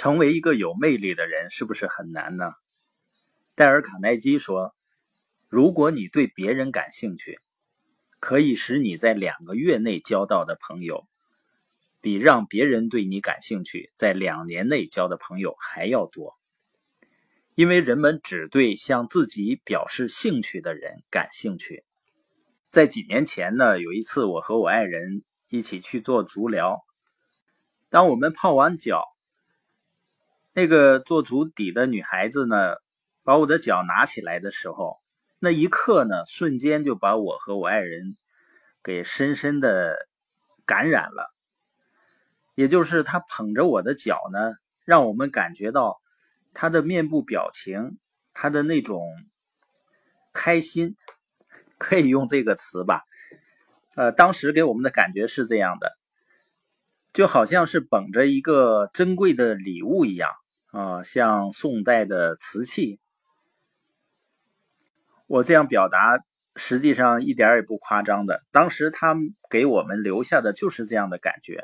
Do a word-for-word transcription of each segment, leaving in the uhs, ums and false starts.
成为一个有魅力的人是不是很难呢？戴尔·卡耐基说，如果你对别人感兴趣，可以使你在两个月内交到的朋友，比让别人对你感兴趣在两年内交的朋友还要多。因为人们只对向自己表示兴趣的人感兴趣。在几年前呢，有一次我和我爱人一起去做足疗，当我们泡完脚，那个做足底的女孩子呢，把我的脚拿起来的时候，那一刻呢，瞬间就把我和我爱人给深深的感染了。也就是她捧着我的脚呢，让我们感觉到她的面部表情，她的那种开心，可以用这个词吧。呃，当时给我们的感觉是这样的，就好像是捧着一个珍贵的礼物一样啊、呃，像宋代的瓷器。我这样表达实际上一点也不夸张的，当时他给我们留下的就是这样的感觉。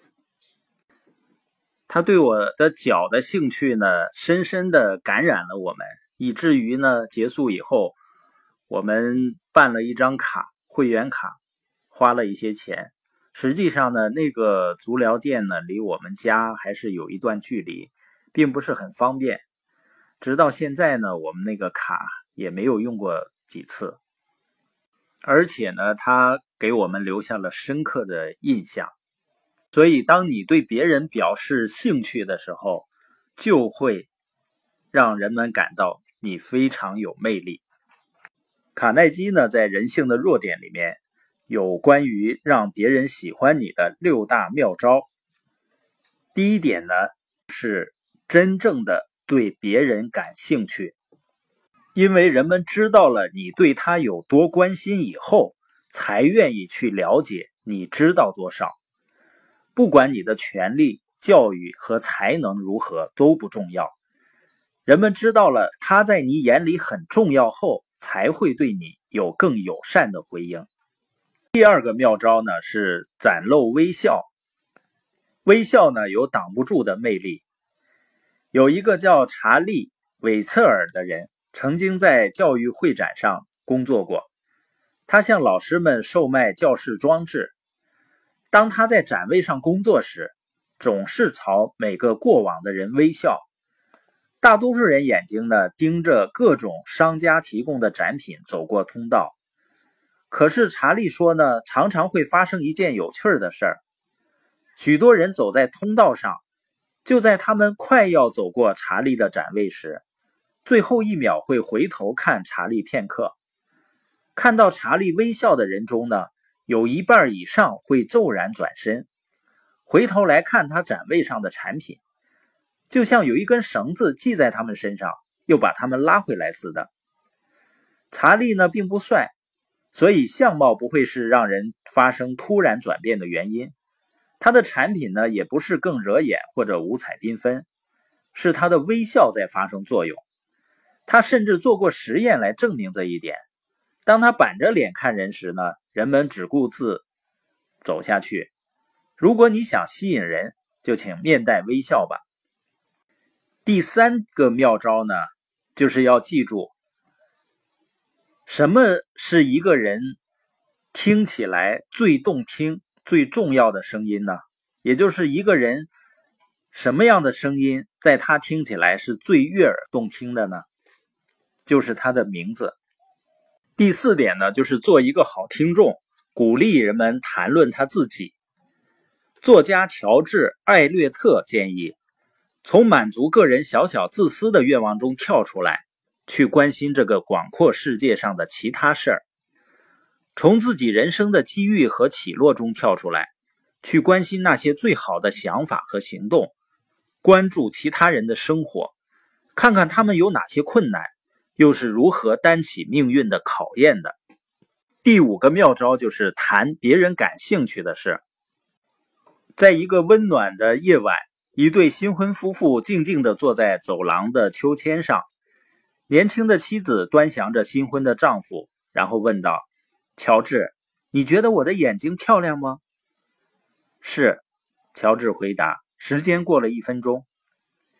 他对我的脚的兴趣呢，深深的感染了我们，以至于呢，结束以后，我们办了一张卡，会员卡，花了一些钱。实际上呢，那个足疗店呢，离我们家还是有一段距离，并不是很方便。直到现在呢，我们那个卡也没有用过几次，而且呢，它给我们留下了深刻的印象。所以当你对别人表示兴趣的时候，就会让人们感到你非常有魅力。卡耐基呢，在《人性的弱点》里面有关于让别人喜欢你的六大妙招。第一点呢，是真正的对别人感兴趣。因为人们知道了你对他有多关心以后，才愿意去了解你知道多少。不管你的权力、教育和才能如何都不重要，人们知道了他在你眼里很重要后，才会对你有更友善的回应。第二个妙招呢，是展露微笑。微笑呢，有挡不住的魅力。有一个叫查理·韦策尔的人，曾经在教育会展上工作过，他向老师们售卖教室装置。当他在展位上工作时，总是朝每个过往的人微笑。大多数人眼睛呢，盯着各种商家提供的展品走过通道。可是查理说呢，常常会发生一件有趣的事儿。许多人走在通道上，就在他们快要走过查理的展位时，最后一秒会回头看查理片刻。看到查理微笑的人中呢，有一半以上会骤然转身，回头来看他展位上的产品，就像有一根绳子系在他们身上，又把他们拉回来似的。查理呢并不帅，所以相貌不会是让人发生突然转变的原因。他的产品呢也不是更惹眼或者五彩缤纷，是他的微笑在发生作用。他甚至做过实验来证明这一点。当他板着脸看人时呢，人们只顾自走下去。如果你想吸引人，就请面带微笑吧。第三个妙招呢，就是要记住，什么是一个人听起来最动听、最重要的声音呢？也就是一个人什么样的声音在他听起来是最悦耳动听的呢？就是他的名字。第四点呢，就是做一个好听众，鼓励人们谈论他自己。作家乔治·艾略特建议，从满足个人小小自私的愿望中跳出来，去关心这个广阔世界上的其他事儿。从自己人生的机遇和起落中跳出来，去关心那些最好的想法和行动，关注其他人的生活，看看他们有哪些困难，又是如何担起命运的考验的。第五个妙招就是谈别人感兴趣的事。在一个温暖的夜晚，一对新婚夫妇静静地坐在走廊的秋千上。年轻的妻子端详着新婚的丈夫，然后问道：乔治，你觉得我的眼睛漂亮吗？是，乔治回答。时间过了一分钟。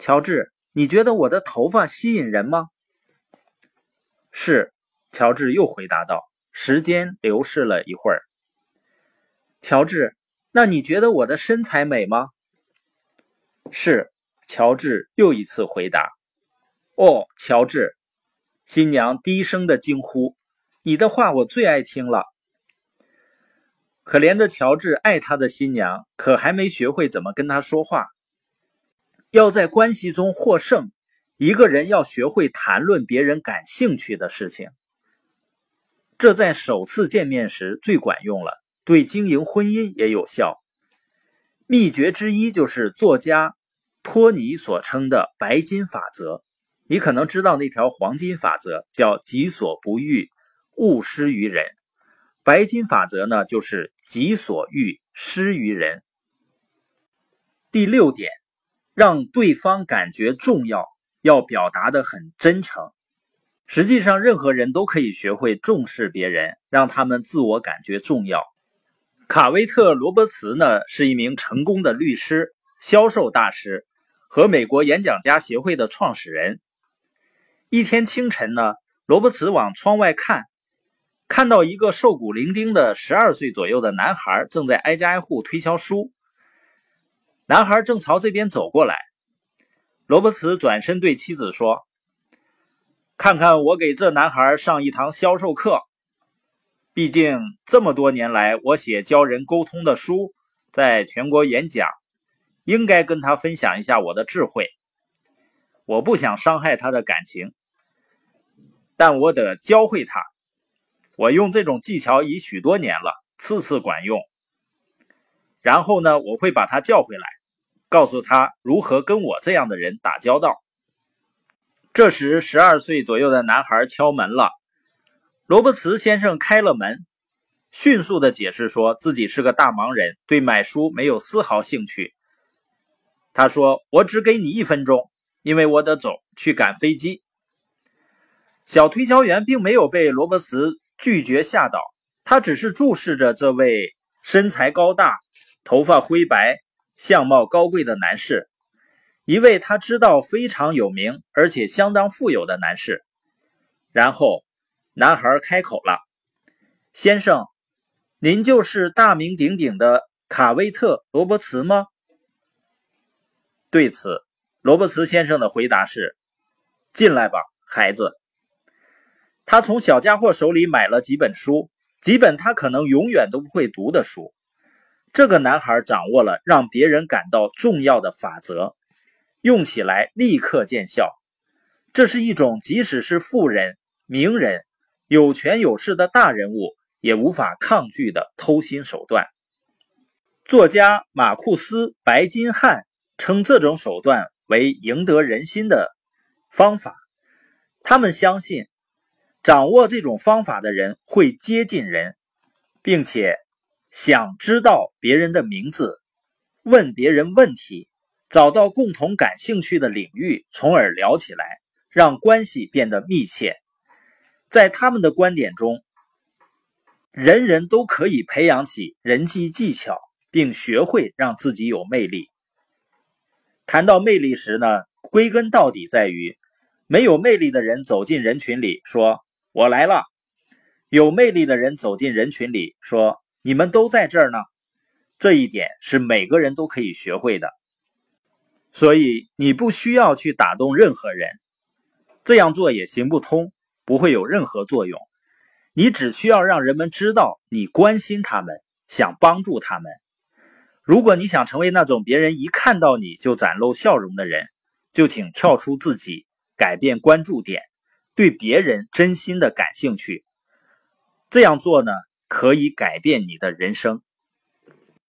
乔治，你觉得我的头发吸引人吗？是，乔治又回答道。时间流逝了一会儿。乔治，那你觉得我的身材美吗？是，乔治又一次回答。哦，乔治，新娘低声的惊呼，你的话我最爱听了。可怜的乔治爱他的新娘，可还没学会怎么跟他说话。要在关系中获胜，一个人要学会谈论别人感兴趣的事情。这在首次见面时最管用了，对经营婚姻也有效。秘诀之一就是作家托尼所称的白金法则。你可能知道那条黄金法则叫己所不欲，勿施于人。白金法则呢，就是己所欲，施于人。第六点，让对方感觉重要，要表达得很真诚。实际上，任何人都可以学会重视别人，让他们自我感觉重要。卡威特·罗伯茨呢，是一名成功的律师、销售大师和美国演讲家协会的创始人。一天清晨呢，罗伯茨往窗外看，看到一个瘦骨伶仃的十二岁左右的男孩正在挨家挨户推销书。男孩正朝这边走过来。罗伯茨转身对妻子说：看看我给这男孩上一堂销售课，毕竟这么多年来我写教人沟通的书，在全国演讲，应该跟他分享一下我的智慧。我不想伤害他的感情，但我得教会他。我用这种技巧已许多年了，次次管用。然后呢，我会把他叫回来，告诉他如何跟我这样的人打交道。这时十二岁左右的男孩敲门了。罗伯茨先生开了门，迅速地解释说自己是个大忙人，对买书没有丝毫兴趣。他说：我只给你一分钟，因为我得走，去赶飞机。小推销员并没有被罗伯茨拒绝吓倒，他只是注视着这位身材高大、头发灰白、相貌高贵的男士，一位他知道非常有名而且相当富有的男士。然后男孩开口了：先生，您就是大名鼎鼎的卡威特·罗伯茨吗？对此，罗伯茨先生的回答是：进来吧，孩子。他从小家伙手里买了几本书，几本他可能永远都不会读的书。这个男孩掌握了让别人感到重要的法则，用起来立刻见效。这是一种即使是富人、名人、有权有势的大人物也无法抗拒的偷心手段。作家马库斯·白金汉称这种手段为赢得人心的方法。他们相信掌握这种方法的人会接近人，并且想知道别人的名字，问别人问题，找到共同感兴趣的领域，从而聊起来，让关系变得密切。在他们的观点中，人人都可以培养起人际技巧，并学会让自己有魅力。谈到魅力时呢，归根到底在于，没有魅力的人走进人群里说：我来了。有魅力的人走进人群里说：你们都在这儿呢。这一点是每个人都可以学会的。所以你不需要去打动任何人，这样做也行不通，不会有任何作用。你只需要让人们知道你关心他们，想帮助他们。如果你想成为那种别人一看到你就展露笑容的人，就请跳出自己，改变关注点，对别人真心的感兴趣。这样做呢，可以改变你的人生。